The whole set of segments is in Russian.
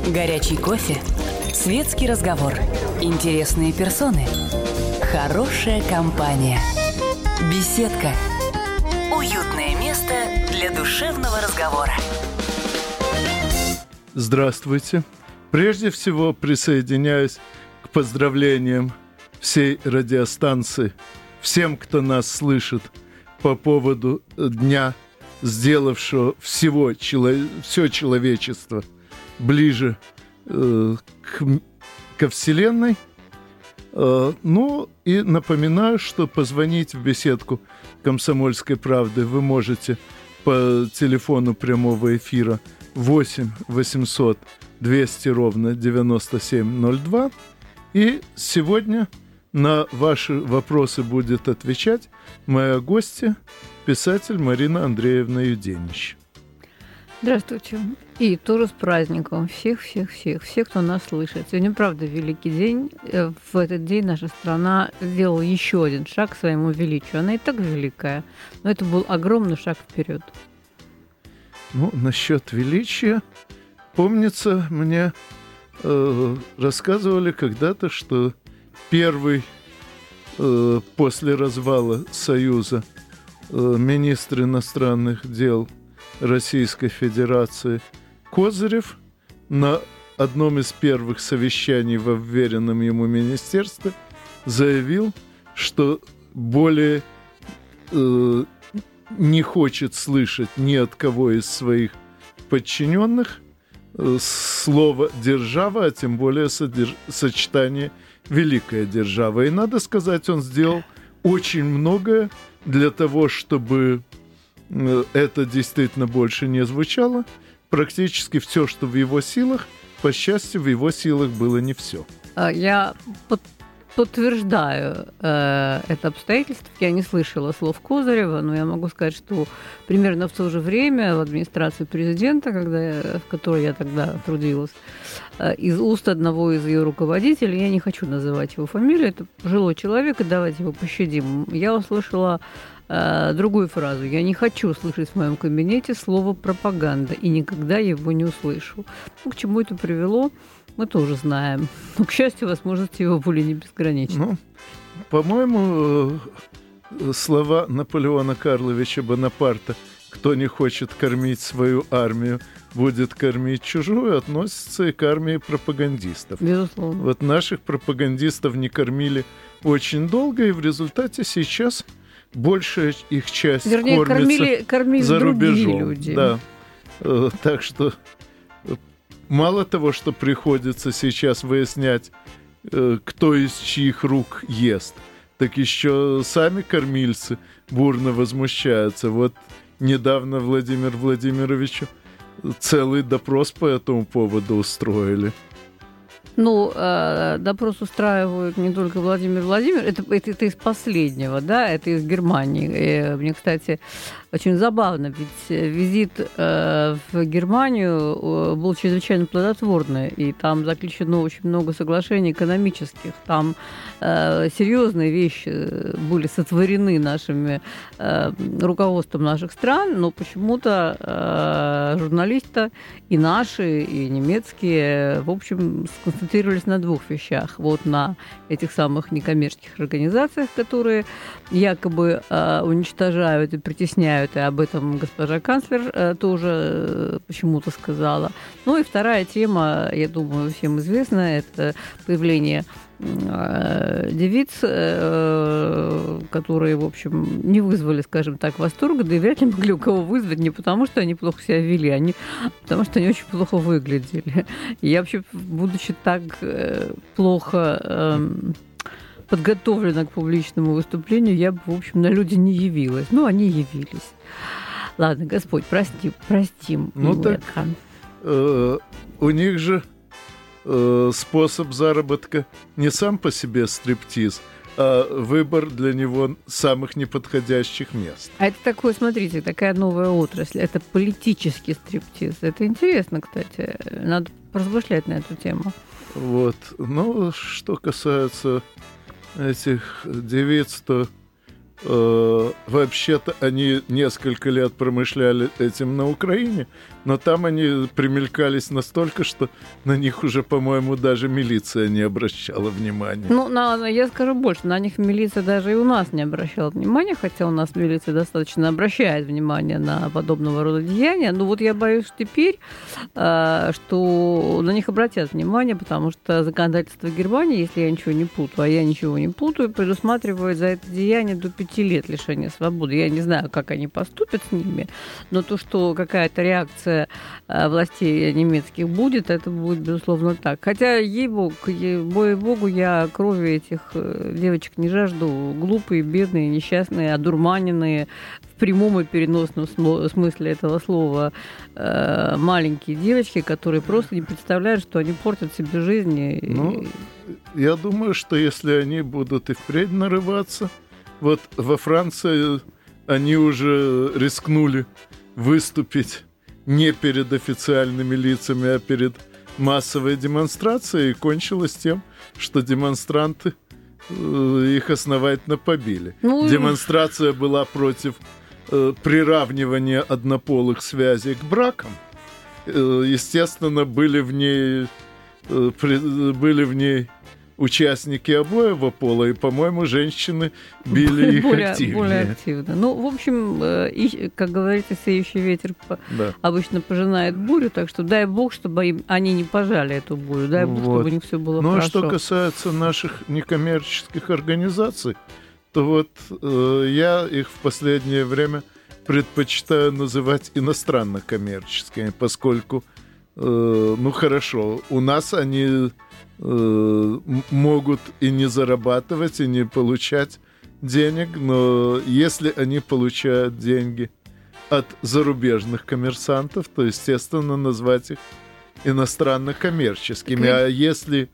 Горячий кофе, светский разговор, интересные персоны, хорошая компания, беседка, уютное место для душевного разговора. Здравствуйте. Прежде всего присоединяюсь к поздравлениям всей радиостанции, всем, кто нас слышит по поводу дня, сделавшего все человечество ближе ко Вселенной. Ну и напоминаю, что позвонить в беседку «Комсомольской правды» вы можете по телефону прямого эфира 8 800 200 ровно 9702. И сегодня на ваши вопросы будет отвечать моя гостья, писатель Марина Андреевна Юденич. Здравствуйте. И тоже с праздником всех, кто нас слышит. Сегодня, правда, великий день. В этот день наша страна сделала еще один шаг к своему величию. Она и так великая, но это был огромный шаг вперед. Ну, насчет величия, помнится, мне рассказывали когда-то, что первый после развала Союза министр иностранных дел Российской Федерации Козырев на одном из первых совещаний во вверенном ему министерстве заявил, что более не хочет слышать ни от кого из своих подчиненных слово «держава», а тем более сочетание «великая держава». И, надо сказать, он сделал очень многое для того, чтобы это действительно больше не звучало. Практически все, что в его силах, по счастью, в его силах было не все. Я подтверждаю это обстоятельство. Я не слышала слов Козырева, но я могу сказать, что примерно в то же время в администрации президента, в которой я тогда трудилась, из уст одного из ее руководителей, я не хочу называть его фамилию, это пожилой человек, и давайте его пощадим, я услышала другую фразу. Я не хочу слышать в моем кабинете слово «пропаганда» и никогда его не услышу. Ну, к чему это привело, мы тоже знаем. Но, к счастью, возможности его были не безграничны. Ну, по-моему, слова Наполеона Карловича Бонапарта «Кто не хочет кормить свою армию, будет кормить чужую» относятся и к армии пропагандистов. Безусловно. Вот наших пропагандистов не очень долго, и в результате сейчас большая их часть кормили за рубежом. Люди. Да. Так что мало того, что приходится сейчас выяснять, кто из чьих рук ест, так еще сами кормильцы бурно возмущаются. Вот недавно Владимиру Владимировичу целый допрос по этому поводу устроили. Ну, допрос устраивают не только Владимир Владимирович, это из последнего, да, это из Германии. И мне, кстати, очень забавно, ведь визит в Германию был чрезвычайно плодотворный, и там заключено очень много соглашений экономических, там серьезные вещи были сотворены нашими руководством наших стран, но почему-то журналисты и наши, и немецкие, в общем, сконцентрировались на двух вещах. Вот на этих самых некоммерческих организациях, которые якобы уничтожают и притесняют, и об этом госпожа канцлер тоже почему-то сказала. Ну и вторая тема, я думаю, всем известна, это появление девиц, которые, в общем, не вызвали, скажем так, восторга, да и вряд ли могли у кого вызвать, не потому, что они плохо себя вели, а потому, что они очень плохо выглядели. И я вообще, будучи так плохо подготовлена к публичному выступлению, я бы, в общем, на люди не явилась. Ну, они явились. Ладно, Господь, простим. Ну так, у них же способ заработка не сам по себе стриптиз, а выбор для него самых неподходящих мест. А это такое, смотрите, такая новая отрасль. Это политический стриптиз. Это интересно, кстати. Надо поразмышлять на эту тему. Вот. Ну, что касается этих девиц, то вообще-то они несколько лет промышляли этим на Украине, но там они примелькались настолько, что на них уже, по-моему, даже милиция не обращала внимания. Ну, я скажу больше, на них милиция даже и у нас не обращала внимания, хотя у нас милиция достаточно обращает внимание на подобного рода деяния. Но вот я боюсь теперь, что на них обратят внимание, потому что законодательство Германии, если я ничего не путаю, а я ничего не путаю, предусматривает за это деяние до 5 лет лишения свободы. Я не знаю, как они поступят с ними, но то, что какая-то реакция властей немецких будет, это будет, безусловно, так. Хотя, ей-богу, я крови этих девочек не жажду. Глупые, бедные, несчастные, одурманенные, в прямом и переносном смысле этого слова, маленькие девочки, которые просто не представляют, что они портят себе жизнь. Я думаю, что если они будут и впредь нарываться, вот во Франции они уже рискнули выступить не перед официальными лицами, а перед массовой демонстрацией, и кончилось тем, что демонстранты их основательно побили. Демонстрация была против приравнивания однополых связей к бракам. Естественно, были в ней участники обоего пола, и, по-моему, женщины били их активнее. Более активно. Ну, в общем, как говорится, сеющий ветер обычно пожинает бурю, так что дай бог, чтобы они не пожали эту бурю, дай бог, чтобы у них все было хорошо. Ну, а что касается наших некоммерческих организаций, то вот я их в последнее время предпочитаю называть иностранно-коммерческими, поскольку, хорошо, у нас они могут и не зарабатывать, и не получать денег, но если они получают деньги от зарубежных коммерсантов, то, естественно, назвать их иностранно-коммерческими. А если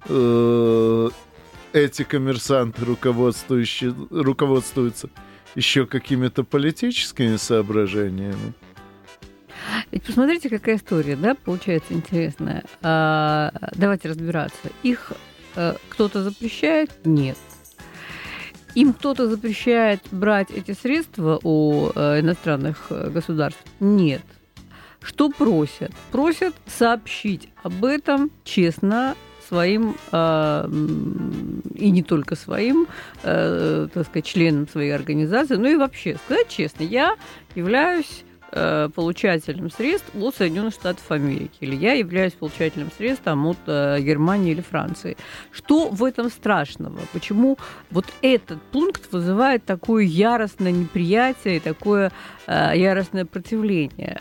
эти коммерсанты руководствуются еще какими-то политическими соображениями. Ведь посмотрите, какая история, да, получается интересная. Давайте разбираться. Их кто-то запрещает? Нет. Им кто-то запрещает брать эти средства у иностранных государств? Нет. Что просят? Просят сообщить об этом честно своим, и не только своим, так сказать, членам своей организации, но и вообще сказать честно, я являюсь получателем средств от Соединенных Штатов Америки, или я являюсь получателем средств от Германии или Франции. Что в этом страшного? Почему вот этот пункт вызывает такое яростное неприятие и такое яростное противление?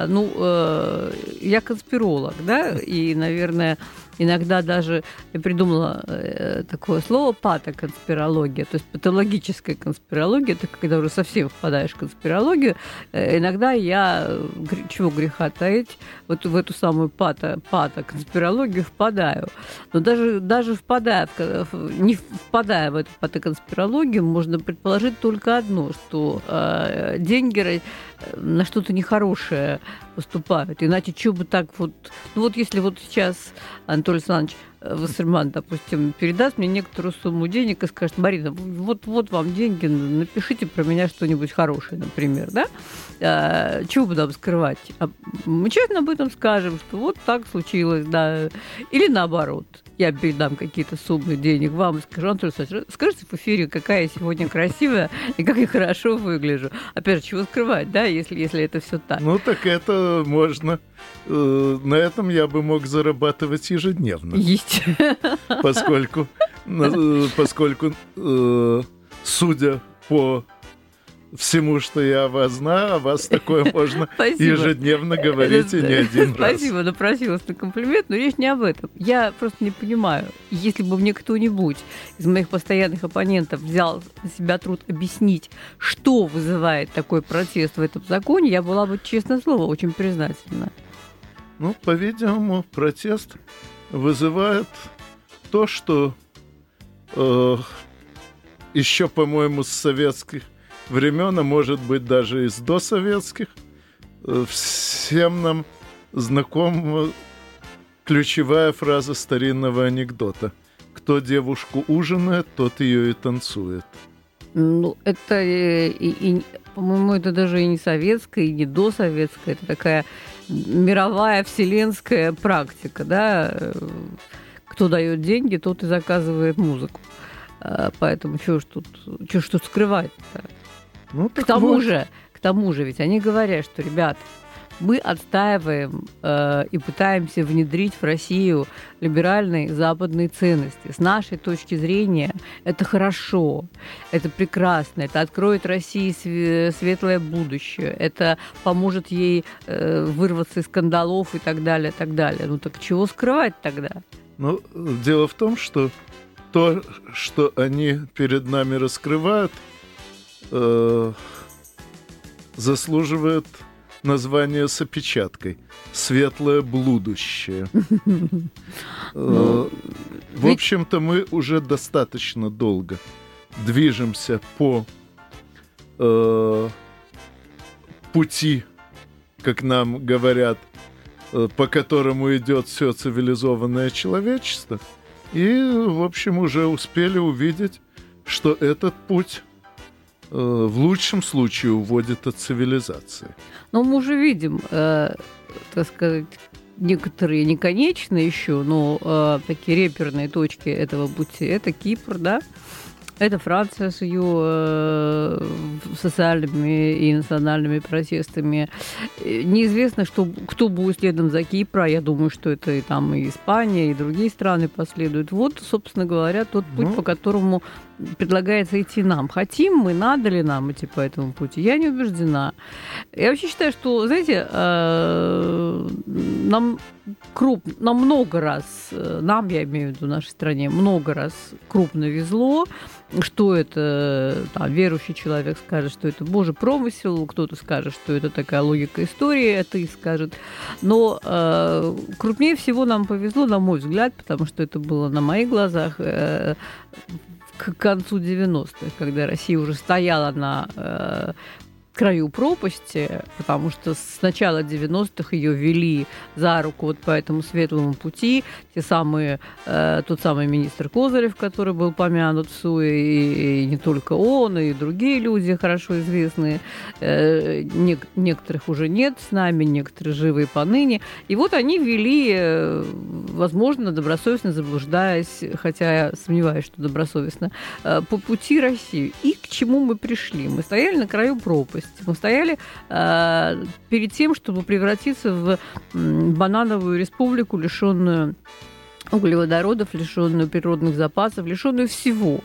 Я конспиролог, да, и, наверное, иногда даже я придумала такое слово патоконспирология, то есть патологическая конспирология, это когда уже совсем впадаешь в конспирологию. Иногда я, чего греха таить, вот в эту самую патоконспирологию впадаю. Но даже не впадая в эту патоконспирологию, можно предположить только одно, что деньги на что-то нехорошее поступают. Иначе что бы так вот... Ну вот если вот сейчас Анатолий Александрович Вассерман, допустим, передаст мне некоторую сумму денег и скажет: Марина, вот вам деньги, напишите про меня что-нибудь хорошее, например, да? Чего будем скрывать? Мы честно об этом скажем, что вот так случилось, да. Или наоборот. Я передам какие-то суммы денег вам и скажу: Анатолий Александрович, скажите в эфире, какая я сегодня красивая и как я хорошо выгляжу. Опять же, чего скрывать, да, если это все так. Ну, так это можно. На этом я бы мог зарабатывать ежедневно. Поскольку, судя по всему, что я о вас знаю, о вас такое можно ежедневно говорить и не один раз. Спасибо, напросилась на комплимент, но речь не об этом. Я просто не понимаю, если бы мне кто-нибудь из моих постоянных оппонентов взял на себя труд объяснить, что вызывает такой протест в этом законе, я была бы, честное слово, очень признательна. Ну, по-видимому, протест вызывает то, что еще, по-моему, с советских времен, а может быть даже из досоветских, всем нам знакома ключевая фраза старинного анекдота: кто девушку ужинает, тот ее и танцует. Ну, это, по-моему, это даже и не советская, и не досоветская. Это такая мировая вселенская практика, да. Кто дает деньги, тот и заказывает музыку. Поэтому что ж тут скрывать-то? Ну, к тому же, ведь они говорят, что, ребят, мы отстаиваем и пытаемся внедрить в Россию либеральные западные ценности. С нашей точки зрения это хорошо, это прекрасно, это откроет России светлое будущее, это поможет ей вырваться из скандалов и так далее, так далее. Ну так чего скрывать тогда? Ну, дело в том, что то, что они перед нами раскрывают, заслуживает название с опечаткой «Светлое будущее». В общем-то, мы уже достаточно долго движемся по пути, как нам говорят, по которому идет все цивилизованное человечество. И, в общем, уже успели увидеть, что этот путь в лучшем случае уводит от цивилизации. Но мы уже видим, так сказать, некоторые не конечные еще, но такие реперные точки этого пути. Это Кипр, да? Это Франция с ее социальными и национальными протестами. Неизвестно, кто будет следом за Кипром. Я думаю, что это и там и Испания, и другие страны последуют. Вот, собственно говоря, тот путь, по которому предлагается идти нам. Хотим мы, надо ли нам идти по этому пути? Я не убеждена. Я вообще считаю, что, знаете, нам много раз, нам, я имею в виду, нашей стране, много раз крупно везло, что это, там, верующий человек скажет, что это Божий промысел, кто-то скажет, что это такая логика истории, атеист скажет. Но крупнее всего нам повезло, на мой взгляд, потому что это было на моих глазах к концу 90-х, когда Россия уже стояла на краю пропасти, потому что с начала 90-х ее вели за руку вот по этому светлому пути. Тот самый министр Козырев, который был помянут в СУЕ, и не только он, и другие люди хорошо известные. Некоторых уже нет с нами, некоторые живы и поныне. И вот они вели, возможно, добросовестно заблуждаясь, хотя я сомневаюсь, что добросовестно, по пути России. И к чему мы пришли? Мы стояли на краю пропасти. Мы стояли перед тем, чтобы превратиться в банановую республику, лишенную углеводородов, лишенную природных запасов, лишенную всего.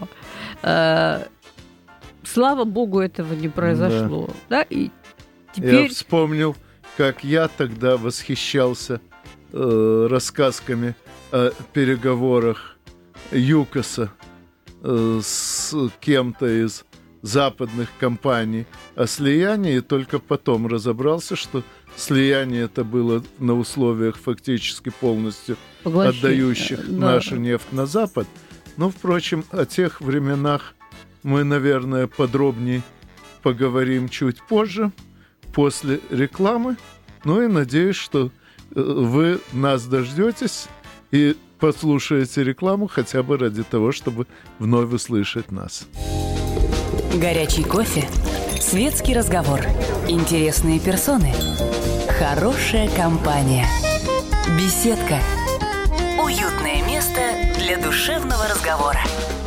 Слава богу, этого не произошло. Да. И теперь... Я вспомнил, как я тогда восхищался рассказками о переговорах ЮКОСа с кем-то из западных компаний о слиянии, и только потом разобрался, что слияние это было на условиях фактически полностью отдающих нашу нефть на Запад. Но, впрочем, о тех временах мы, наверное, подробнее поговорим чуть позже, после рекламы. Ну и надеюсь, что вы нас дождетесь и послушаете рекламу хотя бы ради того, чтобы вновь услышать нас. Горячий кофе, светский разговор, интересные персоны, хорошая компания, беседка, уютное место для душевного разговора.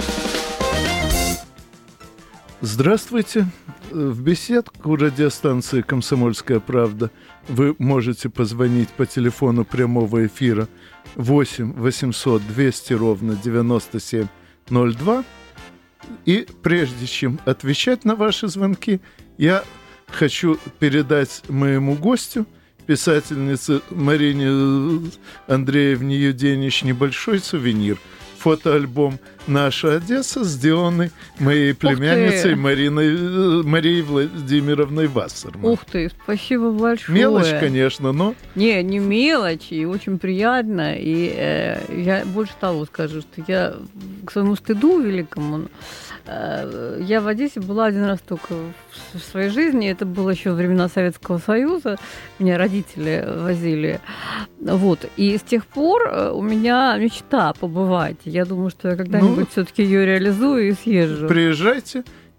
Здравствуйте. В беседку радиостанции «Комсомольская правда» вы можете позвонить по телефону прямого эфира 8 800 200 ровно 9702. И прежде чем отвечать на ваши звонки, я хочу передать моему гостю, писательнице Марине Андреевне Юденич, небольшой сувенир. Фотоальбом «Наша Одесса», сделанный моей племянницей Марией Владимировной Вассерман. Ух ты, спасибо большое. Мелочь, конечно, но... Не мелочь, и очень приятно. И я больше того скажу, что я к своему стыду великому... Я в Одессе была один раз только в своей жизни. Это было еще во времена Советского Союза. Меня родители возили. Вот. И с тех пор у меня мечта побывать. Я думаю, что я когда-нибудь все-таки ее реализую и съезжу. Приезжайте.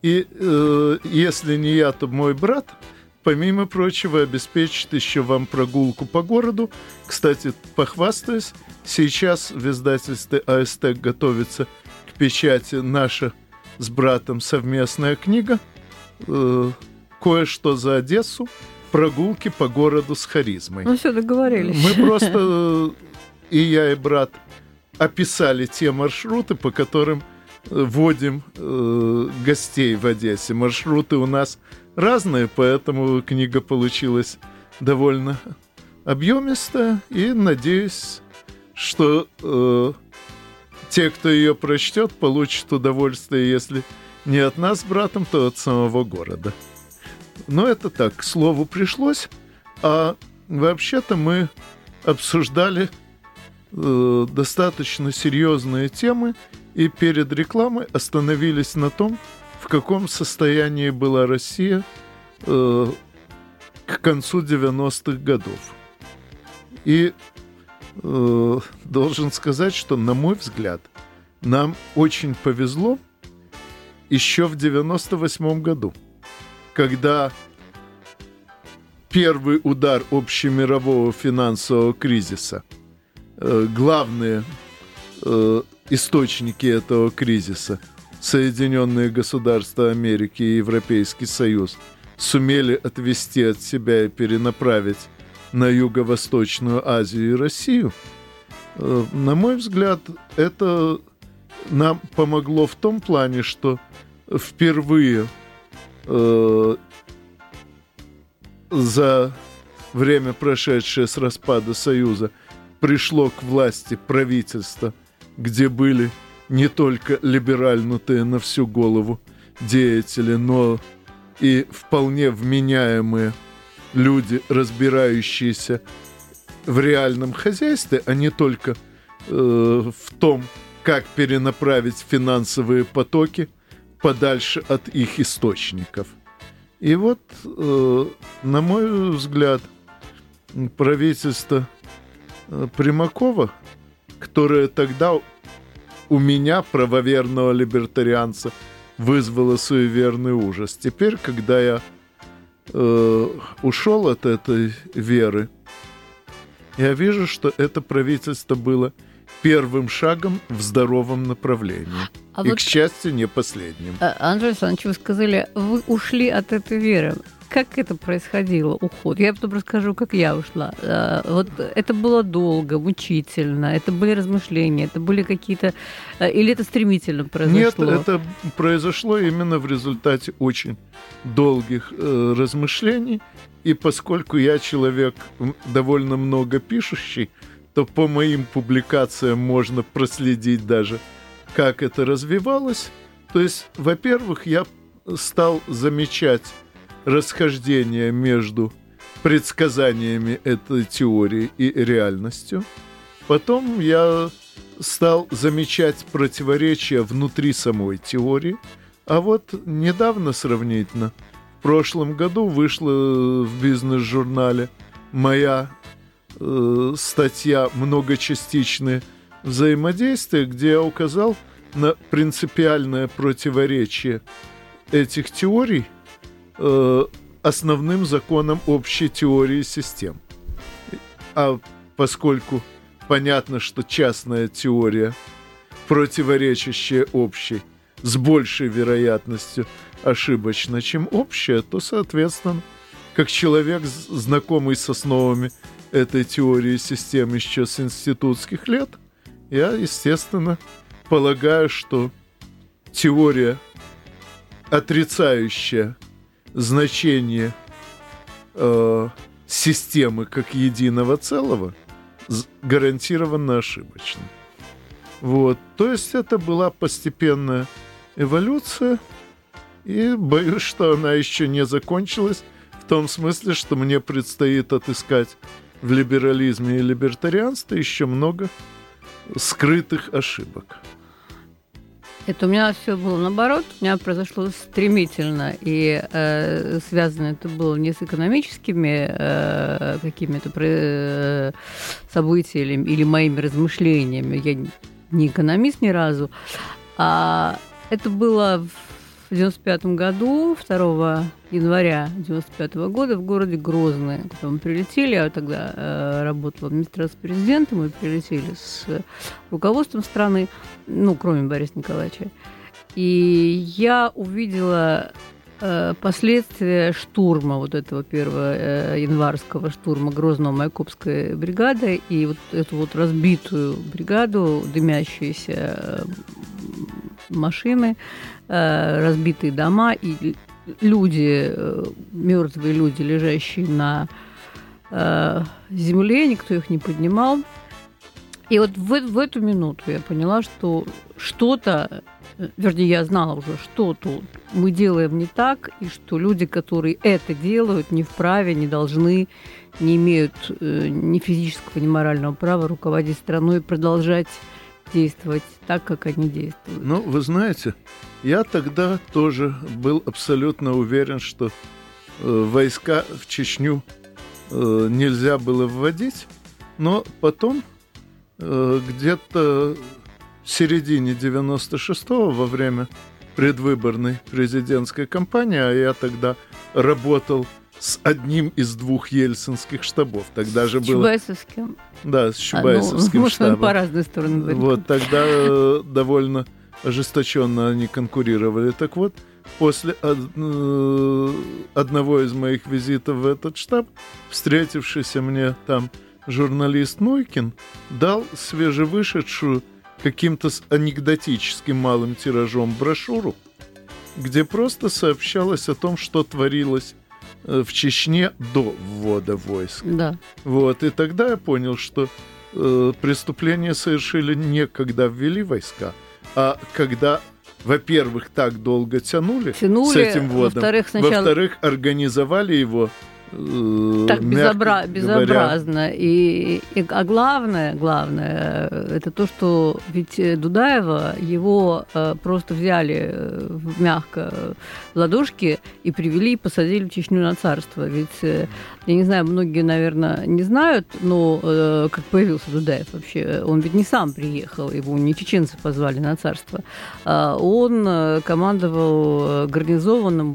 И если не я, то мой брат, помимо прочего, обеспечит еще вам прогулку по городу. Кстати, похвастаюсь, сейчас в издательстве АСТЭК готовится к печати наша с братом совместная книга «Кое-что за Одессу. Прогулки по городу с харизмой». Ну все, договорились. Мы просто, и я, и брат, описали те маршруты, по которым водим гостей в Одессе. Маршруты у нас разные, поэтому книга получилась довольно объемистая. И надеюсь, что те, кто ее прочтет, получат удовольствие, если не от нас с братом, то от самого города. Но это так, к слову пришлось. А вообще-то мы обсуждали достаточно серьезные темы и перед рекламой остановились на том, в каком состоянии была Россия к концу 90-х годов. И должен сказать, что, на мой взгляд, нам очень повезло еще в 98 году, когда первый удар общемирового финансового кризиса, главные источники этого кризиса, Соединенные Государства Америки и Европейский Союз, сумели отвести от себя и перенаправить на Юго-Восточную Азию и Россию, на мой взгляд, это нам помогло в том плане, что впервые за время, прошедшее с распада Союза, пришло к власти правительство, где были не только либеральнутые на всю голову деятели, но и вполне вменяемые люди, разбирающиеся в реальном хозяйстве, а не только в том, как перенаправить финансовые потоки подальше от их источников. И вот, на мой взгляд, правительство Примакова, которое тогда у меня, правоверного либертарианца, вызвало суеверный ужас. Теперь, когда я ушел от этой веры, я вижу, что это правительство было первым шагом в здоровом направлении. И, вот, к счастью, не последним. Андрей Александрович, вы сказали, вы ушли от этой веры. Как это происходило, уход? Я потом расскажу, как я ушла. Вот это было долго, мучительно, это были размышления, это были какие-то... Или это стремительно произошло? Нет, это произошло именно в результате очень долгих размышлений. И поскольку я человек довольно много пишущий, то по моим публикациям можно проследить даже, как это развивалось. То есть, во-первых, я стал замечать расхождение между предсказаниями этой теории и реальностью. Потом я стал замечать противоречия внутри самой теории. А вот недавно сравнительно, в прошлом году вышла в бизнес-журнале моя статья «Многочастичные взаимодействия», где я указал на принципиальное противоречие этих теорий основным законом общей теории систем. А поскольку понятно, что частная теория, противоречащая общей, с большей вероятностью ошибочна, чем общая, то, соответственно, как человек, знакомый с основами этой теории систем еще с институтских лет, я, естественно, полагаю, что теория, отрицающая значение системы как единого целого, гарантированно ошибочна. Вот. То есть это была постепенная эволюция, и боюсь, что она еще не закончилась, в том смысле, что мне предстоит отыскать в либерализме и либертарианстве еще много скрытых ошибок. Это у меня все было наоборот. У меня произошло стремительно, и связано это было не с экономическими какими-то событиями или моими размышлениями. Я не экономист ни разу. А это было 1995 году, 2 января 1995 года в городе Грозный. Когда мы прилетели, я тогда работала в администрации президента, мы прилетели с руководством страны, кроме Бориса Николаевича. И я увидела последствия штурма, вот этого 1 январского штурма Грозного-Майкопской бригады, и вот эту вот разбитую бригаду, дымящиеся машины, разбитые дома и люди, мертвые люди, лежащие на земле, никто их не поднимал. И вот в эту минуту я поняла, что что-то, вернее, я знала уже, что тут мы делаем не так, и что люди, которые это делают, не вправе, не должны, не имеют ни физического, ни морального права руководить страной и продолжать действовать так, как они действуют. Вы знаете, я тогда тоже был абсолютно уверен, что войска в Чечню нельзя было вводить, но потом где-то в середине 96-го, во время предвыборной президентской кампании, а я тогда работал с одним из 2 ельцинских штабов. Тогда же было... Чубайсовским? Да, с Чубайсовским штабом. Может, по разные стороны были. Вот, тогда довольно ожесточенно они конкурировали. Так вот, после одного из моих визитов в этот штаб, встретившийся мне там журналист Нойкин дал свежевышедшую каким-то анекдотическим малым тиражом брошюру, где просто сообщалось о том, что творилось в Чечне до ввода войск. Да. Вот, и тогда я понял, что преступления совершили не когда ввели войска, а когда, во-первых, так долго тянули с этим вводом, во-вторых, организовали его так безобразно. А главное, это то, что ведь Дудаева, его просто взяли мягко в ладошки и привели и посадили в Чечню на царство. Ведь, я не знаю, многие, наверное, не знают, но как появился Дудаев вообще, он ведь не сам приехал, его не чеченцы позвали на царство. Он командовал гарнизоном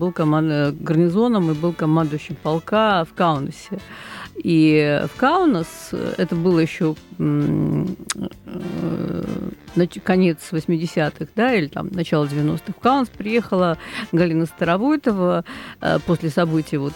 и был командующим полка в Каунасе. И в Каунас, это было еще конец 80-х, да, или там начало 90-х, в Каунас приехала Галина Старовойтова после событий в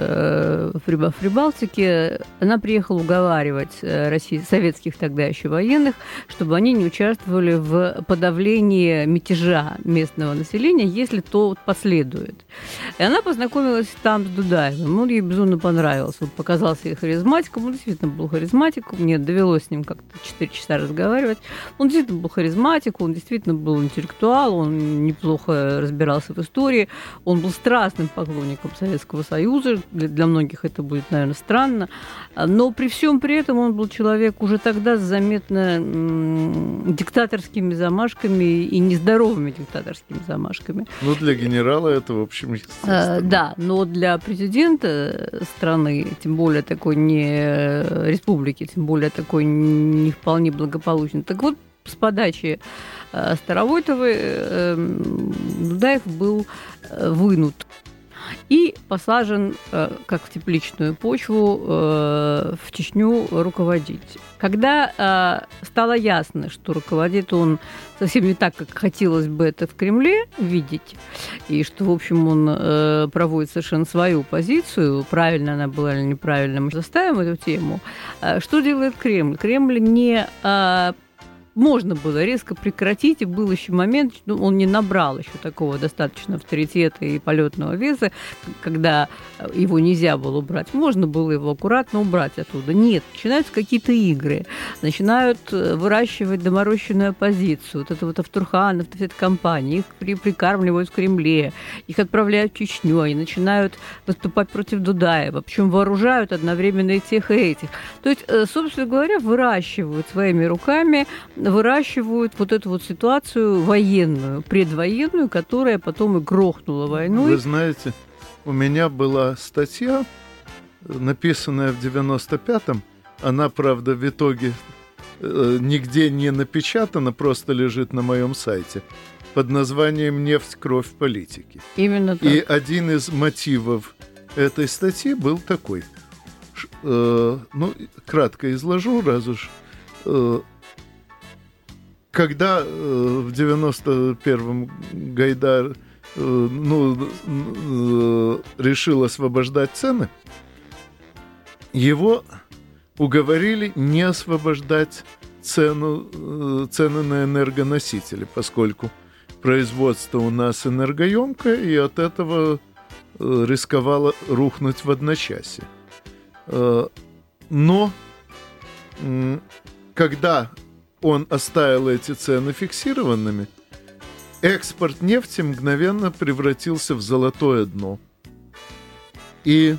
Прибалтике. Она приехала уговаривать советских тогда еще военных, чтобы они не участвовали в подавлении мятежа местного населения, если то последует. И она познакомилась там с Дудаевым. Он ей безумно понравился. Он показался ей харизматиком. Он действительно был харизматиком. Мне довелось с ним как-то 4 часа разговаривать. Он действительно был харизматик, он действительно был интеллектуал, он неплохо разбирался в истории. Он был страстным поклонником Советского Союза. Для многих это будет, наверное, странно. Но при всем при этом он был человек уже тогда с заметно диктаторскими замашками и нездоровыми диктаторскими замашками. Для генерала это, в общем, естественно. Да, но для президента страны, тем более такой не республики, тем более такой не вполне благополучной. Так вот, с подачи Старовойтовой Дудаев был вынут и посажен, как в тепличную почву, в Чечню руководить. Когда стало ясно, что руководит он совсем не так, как хотелось бы это в Кремле видеть, и что, в общем, он проводит совершенно свою позицию, правильно она была или неправильно, мы заставим эту тему, что делает Кремль? Кремль не... Можно было резко прекратить, и был еще момент, он не набрал еще такого достаточно авторитета и полетного веса, когда его нельзя было убрать. Можно было его аккуратно убрать оттуда. Нет, начинаются какие-то игры, начинают выращивать доморощенную оппозицию. Вот это вот Автурханов, вся эта компания, их прикармливают в Кремле, их отправляют в Чечню, они начинают выступать против Дудаева, причем вооружают одновременно и тех, и этих. То есть, собственно говоря, выращивают своими руками вот эту вот ситуацию военную, предвоенную, которая потом и грохнула войной. Вы знаете, у меня была статья, написанная в 95-м. Она, правда, в итоге нигде не напечатана, просто лежит на моем сайте. под названием «Нефть, кровь политики». Именно так. И один из мотивов этой статьи был такой. Кратко изложу, раз уж. Когда в 91-м Гайдар решил освобождать цены, его уговорили не освобождать цены на энергоносители, поскольку производство у нас энергоемкое, и от этого рисковало рухнуть в одночасье. Но когда он оставил эти цены фиксированными, экспорт нефти мгновенно превратился в золотое дно. И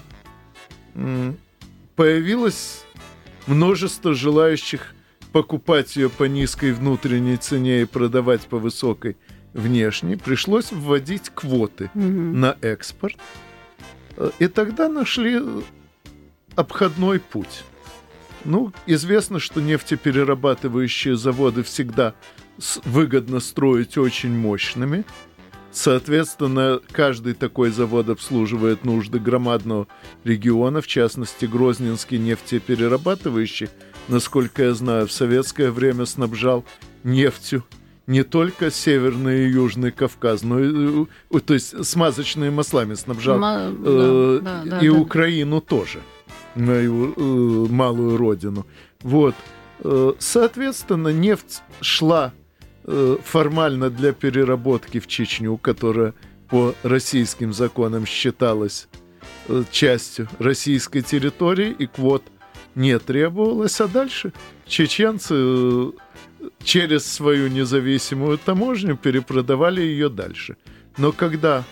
появилось множество желающих покупать ее по низкой внутренней цене и продавать по высокой внешней. Пришлось вводить квоты на экспорт. И тогда нашли обходной путь. Известно, что нефтеперерабатывающие заводы всегда выгодно строить очень мощными. Соответственно, каждый такой завод обслуживает нужды громадного региона, в частности, Грозненский нефтеперерабатывающий, насколько я знаю, в советское время снабжал нефтью не только Северный и Южный Кавказ, но и, то есть смазочными маслами снабжал и Украину тоже, мою малую родину. Вот. Соответственно, нефть шла формально для переработки в Чечню, которая по российским законам считалась частью российской территории, и квот не требовалось. А дальше чеченцы через свою независимую таможню перепродавали ее дальше. Но когда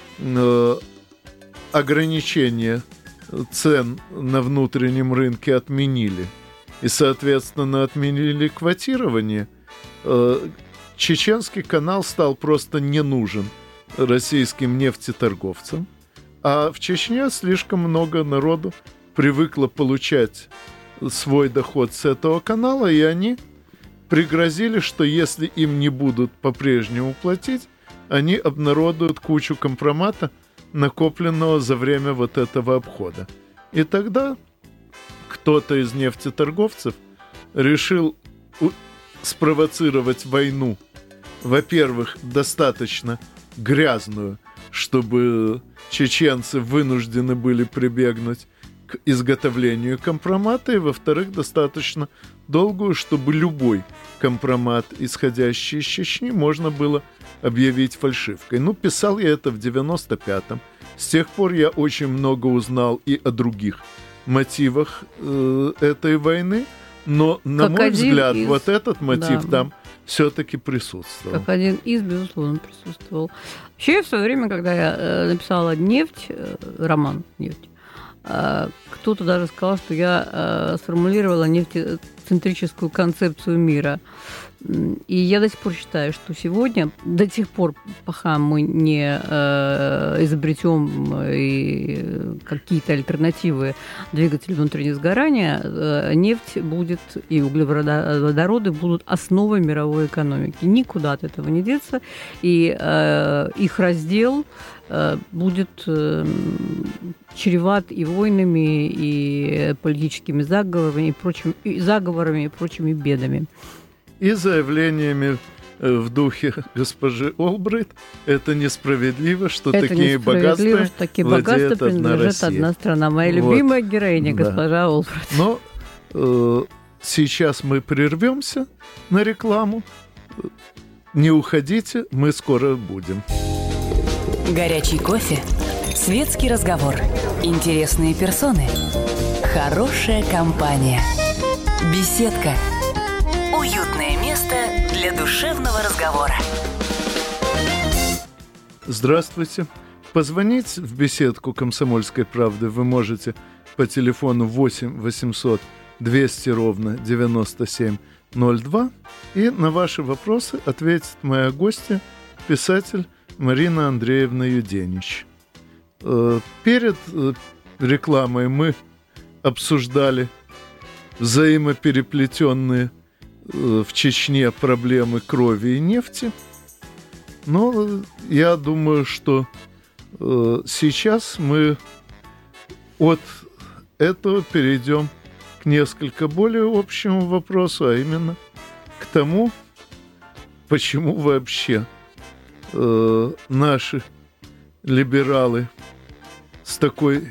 ограничения цен на внутреннем рынке отменили, и, соответственно, отменили квотирование, Чеченский канал стал просто не нужен российским нефтеторговцам, а в Чечне слишком много народу привыкло получать свой доход с этого канала, и они пригрозили, что если им не будут по-прежнему платить, они обнародуют кучу компромата, накопленного за время вот этого обхода. И тогда кто-то из нефтеторговцев решил спровоцировать войну, во-первых, достаточно грязную, чтобы чеченцы вынуждены были прибегнуть к изготовлению компромата, и, во-вторых, достаточно долгую, чтобы любой компромат, исходящий из Чечни, можно было объявить фальшивкой. Писал я это в 95-м. С тех пор я очень много узнал и о других мотивах этой войны, но, на мой взгляд, вот этот мотив там все-таки присутствовал. Как один из, безусловно, присутствовал. Вообще, в свое время, когда я написала «Нефть», роман «Нефть», кто-то даже сказал, что я сформулировала нефтецентрическую концепцию мира. И я до сих пор считаю, что сегодня, до тех пор, пока мы не изобретем и какие-то альтернативы двигателю внутреннего сгорания, нефть будет и углеводороды будут основой мировой экономики. Никуда от этого не деться. И их раздел будет чреват и войнами, и политическими заговорами, и прочими бедами. И заявлениями в духе госпожи Олбрайт: это несправедливо, что такие богатства принадлежат одна страна. Моя любимая героиня, госпожа Олбрайт. Но сейчас мы прервемся на рекламу. Не уходите, мы скоро будем. Горячий кофе, светский разговор, интересные персоны, хорошая компания, беседка. Уютное место для душевного разговора. Здравствуйте. Позвонить в беседку «Комсомольской правды» вы можете по телефону 8 800 200 ровно 9702. И на ваши вопросы ответит моя гостья, писатель Марина Андреевна Юденич. Перед рекламой мы обсуждали взаимопереплетенные в Чечне проблемы крови и нефти. Но я думаю, что сейчас мы от этого перейдем к несколько более общему вопросу, а именно к тому, почему вообще наши либералы с такой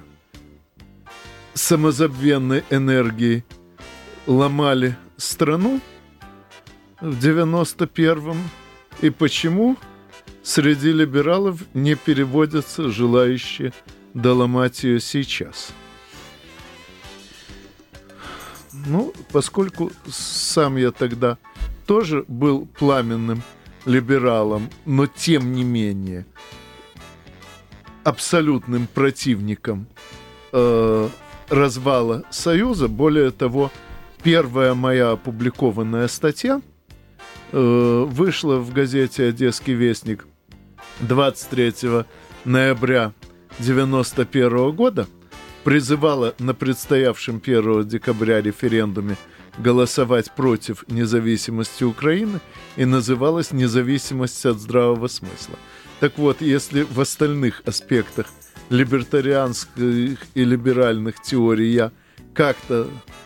самозабвенной энергией ломали страну в 91-м, и почему среди либералов не переводятся желающие доломать ее сейчас. Ну, поскольку сам я тогда тоже был пламенным либералом, но тем не менее абсолютным противником развала Союза. Более того, первая моя опубликованная статья вышла в газете «Одесский вестник» 23 ноября 1991 года, призывала на предстоявшем 1 декабря референдуме голосовать против независимости Украины и называлась «Независимость от здравого смысла». Так вот, если в остальных аспектах либертарианских и либеральных теорий я как-то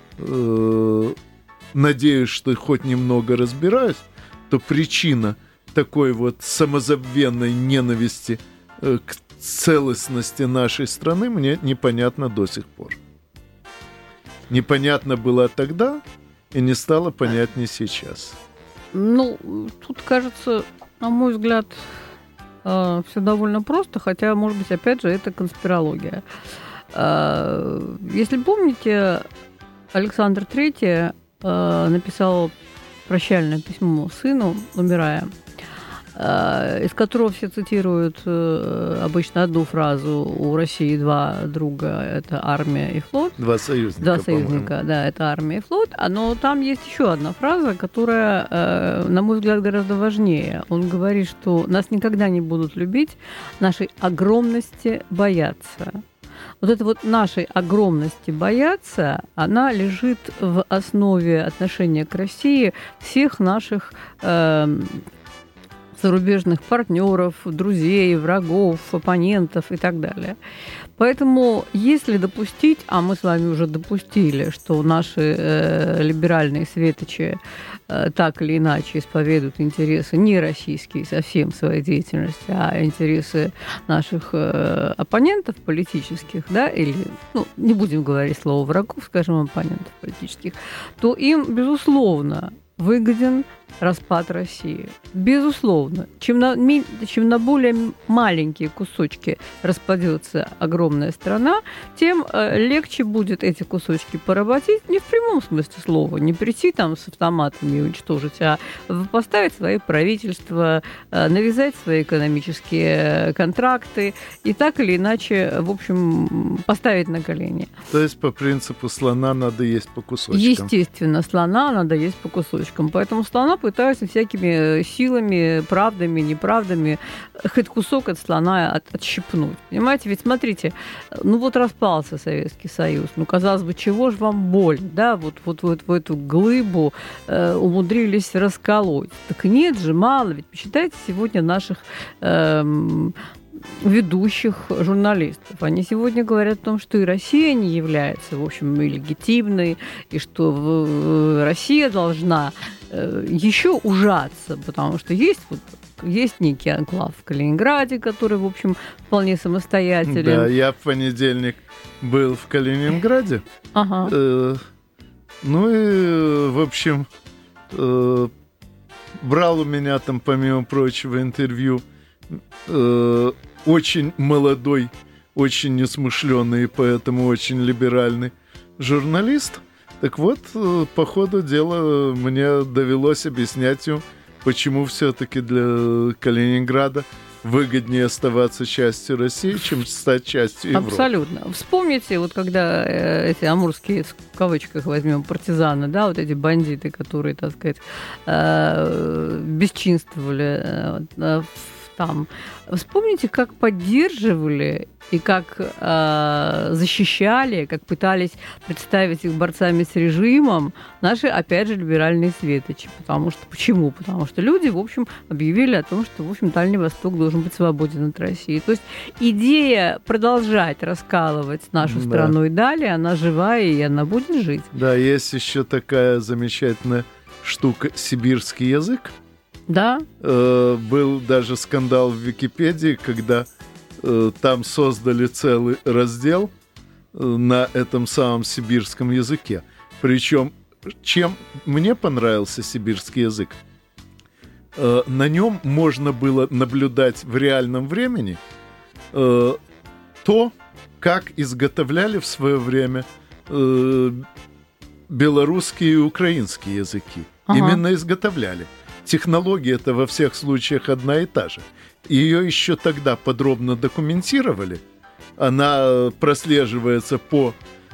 надеюсь, что хоть немного разбираюсь, то причина такой вот самозабвенной ненависти к целостности нашей страны мне непонятна до сих пор. Непонятно было тогда и не стало понятнее сейчас. Ну, тут, кажется, на мой взгляд, все довольно просто, хотя, может быть, опять же, это конспирология. Если помните, Александр III написал прощальное письмо сыну, умирая, из которого все цитируют обычно одну фразу: у России два друга, это армия и флот. Два союзника, по-моему. Да, это армия и флот. Но там есть еще одна фраза, которая, на мой взгляд, гораздо важнее. Он говорит, что нас никогда не будут любить, нашей огромности бояться. Вот это вот нашей огромности бояться, она лежит в основе отношения к России всех наших зарубежных партнеров, друзей, врагов, оппонентов и так далее. Поэтому, если допустить, а мы с вами уже допустили, что наши либеральные светочи так или иначе исповедуют интересы не российские совсем в своей деятельности, а интересы наших оппонентов политических, да, или, ну, не будем говорить слово врагов, скажем, оппонентов политических, то им, безусловно, выгоден распад России. Безусловно. Чем на более маленькие кусочки распадется огромная страна, тем легче будет эти кусочки поработить, не в прямом смысле слова, не прийти там с автоматами и уничтожить, а поставить свои правительства, навязать свои экономические контракты и так или иначе, в общем, поставить на колени. То есть по принципу слона надо есть по кусочкам. Естественно, слона надо есть по кусочкам. Поэтому слона пытаются всякими силами, правдами, неправдами хоть кусок от слона отщипнуть. Понимаете? Ведь смотрите, ну вот распался Советский Союз. Ну, казалось бы, чего же вам боль? Да, вот в эту глыбу умудрились расколоть. Так нет же, мало. Ведь посчитайте сегодня наших ведущих журналистов. Они сегодня говорят о том, что и Россия не является, в общем, легитимной, и что Россия должна еще ужаться, потому что есть некий анклав в Калининграде, который, в общем, вполне самостоятелен. Да, я в понедельник был в Калининграде. Ага. Ну и, в общем, брал у меня там, помимо прочего, интервью очень молодой, очень несмышленый и поэтому очень либеральный журналист. Так вот, по ходу дела мне довелось объяснять ему, почему все-таки для Калининграда выгоднее оставаться частью России, чем стать частью Европы. Абсолютно. Вспомните, вот когда эти амурские, в кавычках возьмем, партизаны, да, вот эти бандиты, которые, так сказать, бесчинствовали в там. Вспомните, как поддерживали и как защищали, как пытались представить их борцами с режимом наши, опять же, либеральные светочи. Почему? Потому что люди, в общем, объявили о том, что, в общем, Дальний Восток должен быть свободен от России. То есть идея продолжать раскалывать нашу страну и далее, она живая, и она будет жить. Да, есть еще такая замечательная штука — сибирский язык. Да. Был даже скандал в Википедии, когда там создали целый раздел на этом самом сибирском языке. Причем, чем мне понравился сибирский язык, на нем можно было наблюдать в реальном времени то, как изготовляли в свое время белорусские и украинские языки. Именно изготовляли. Технология-то во всех случаях одна и та же. Ее еще тогда подробно документировали. Она прослеживается по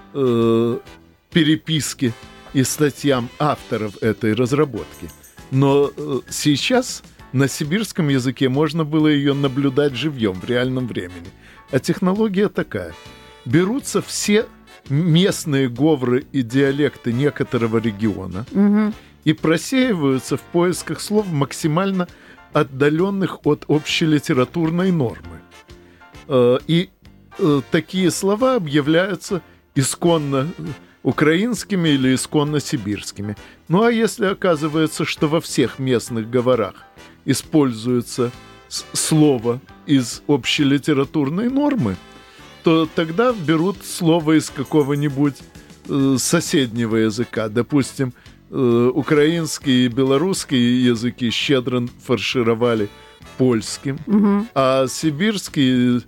переписке и статьям авторов этой разработки. Но сейчас на сибирском языке можно было ее наблюдать живьем в реальном времени. А технология такая. Берутся все местные говоры и диалекты некоторого региона и просеиваются в поисках слов, максимально отдаленных от общелитературной нормы. И такие слова объявляются исконно украинскими или исконно сибирскими. Ну а если оказывается, что во всех местных говорах используется слово из общелитературной нормы, то тогда берут слово из какого-нибудь соседнего языка. Допустим, украинские и белорусские языки щедро фаршировали польским, а в сибирский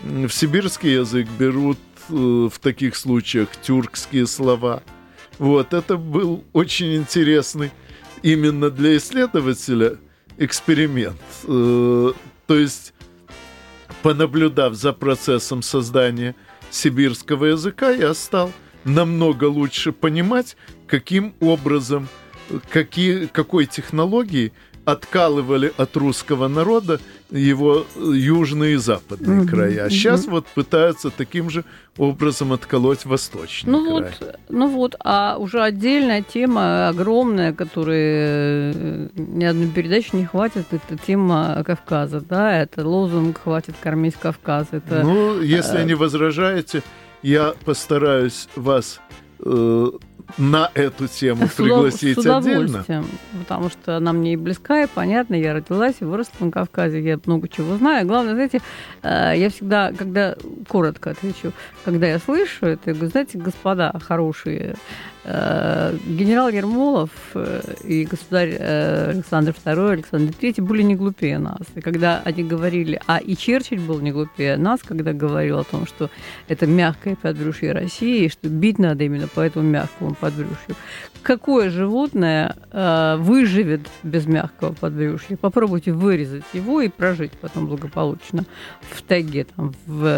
язык берут в таких случаях тюркские слова. Вот, это был очень интересный именно для исследователя эксперимент. То есть, понаблюдав за процессом создания сибирского языка, я стал намного лучше понимать, каким образом, какой технологией откалывали от русского народа его южные и западные края. А сейчас вот пытаются таким же образом отколоть восточный край. А уже отдельная тема, огромная, которой ни одной передачи не хватит, это тема Кавказа, да, это лозунг «Хватит кормить Кавказ». Это, если не возражаете, я постараюсь вас на эту тему пригласить с удовольствием, потому что она мне и близка, и понятна. Я родилась и выросла на Кавказе, я много чего знаю. Главное, знаете, я всегда, коротко отвечу, когда я слышу это, я говорю, знаете, господа хорошие, генерал Ермолов и государь Александр II, Александр III были не глупее нас. И когда они говорили, и Черчилль был не глупее нас, когда говорил о том, что это мягкое подбрюшье России, и что бить надо именно по этому мягкому подбрюшью. Какое животное выживет без мягкого подбрюшья? Попробуйте вырезать его и прожить потом благополучно в тайге там,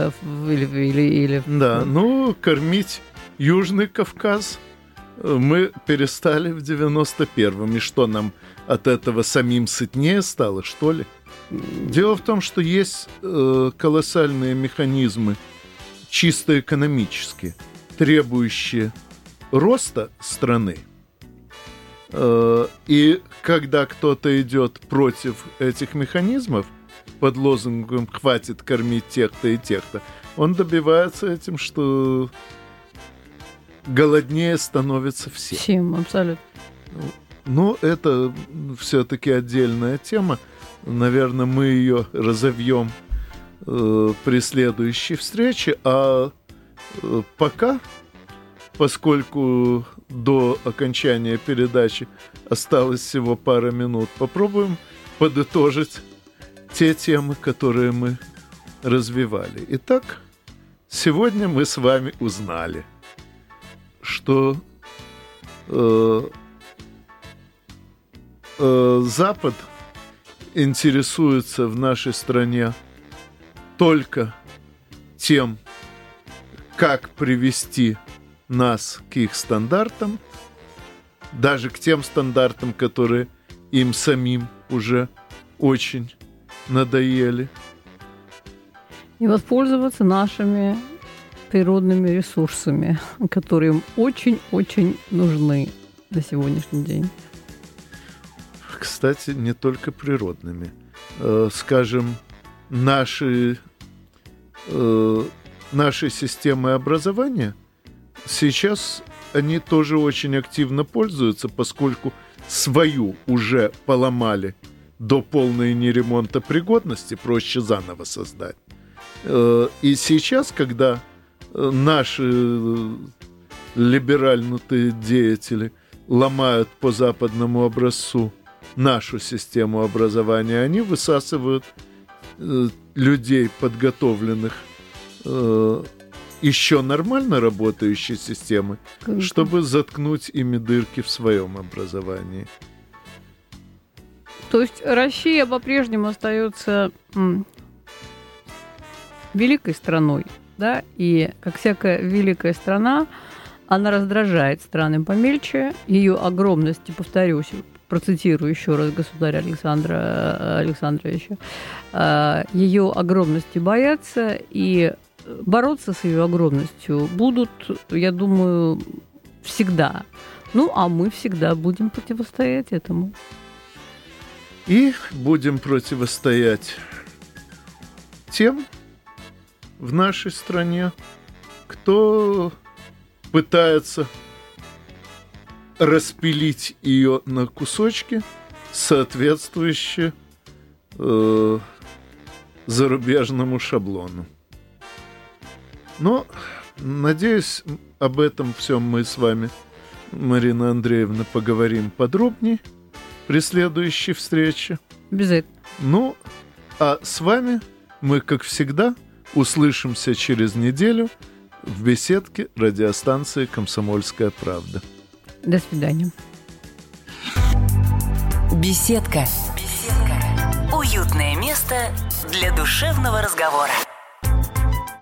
или... Да, кормить Южный Кавказ мы перестали в 91-м. И что, нам от этого самим сытнее стало, что ли? Дело в том, что есть колоссальные механизмы, чисто экономические, требующие роста страны. И когда кто-то идет против этих механизмов под лозунгом «хватит кормить тех-то и тех-то», он добивается этим, что голоднее становится все. Всем, абсолютно. Это все-таки отдельная тема. Наверное, мы ее разовьем при следующей встрече. А пока, поскольку до окончания передачи осталось всего пара минут, попробуем подытожить те темы, которые мы развивали. Итак, сегодня мы с вами узнали, что Запад интересуется в нашей стране только тем, как привести нас к их стандартам, даже к тем стандартам, которые им самим уже очень надоели. И воспользоваться нашими природными ресурсами, которые им очень-очень нужны на сегодняшний день. Кстати, не только природными. Скажем, наши системы образования сейчас они тоже очень активно пользуются, поскольку свою уже поломали до полной неремонта пригодности, проще заново создать. И сейчас, когда наши либеральные деятели ломают по западному образцу нашу систему образования, они высасывают людей, подготовленных еще нормально работающей системы, чтобы заткнуть ими дырки в своем образовании. То есть Россия по-прежнему остается великой страной, да, и как всякая великая страна, она раздражает страны помельче, ее огромность, повторюсь, процитирую еще раз государя Александра Александровича, ее огромности боятся, и бороться с ее огромностью будут, я думаю, всегда. Ну, а мы всегда будем противостоять этому. И будем противостоять тем в нашей стране, кто пытается распилить ее на кусочки, соответствующие зарубежному шаблону. Но, надеюсь, об этом всем мы с вами, Марина Андреевна, поговорим подробнее при следующей встрече. Обязательно. Ну, а с вами мы, как всегда, услышимся через неделю в беседке радиостанции «Комсомольская правда». До свидания. Беседка. Беседка. Уютное место для душевного разговора.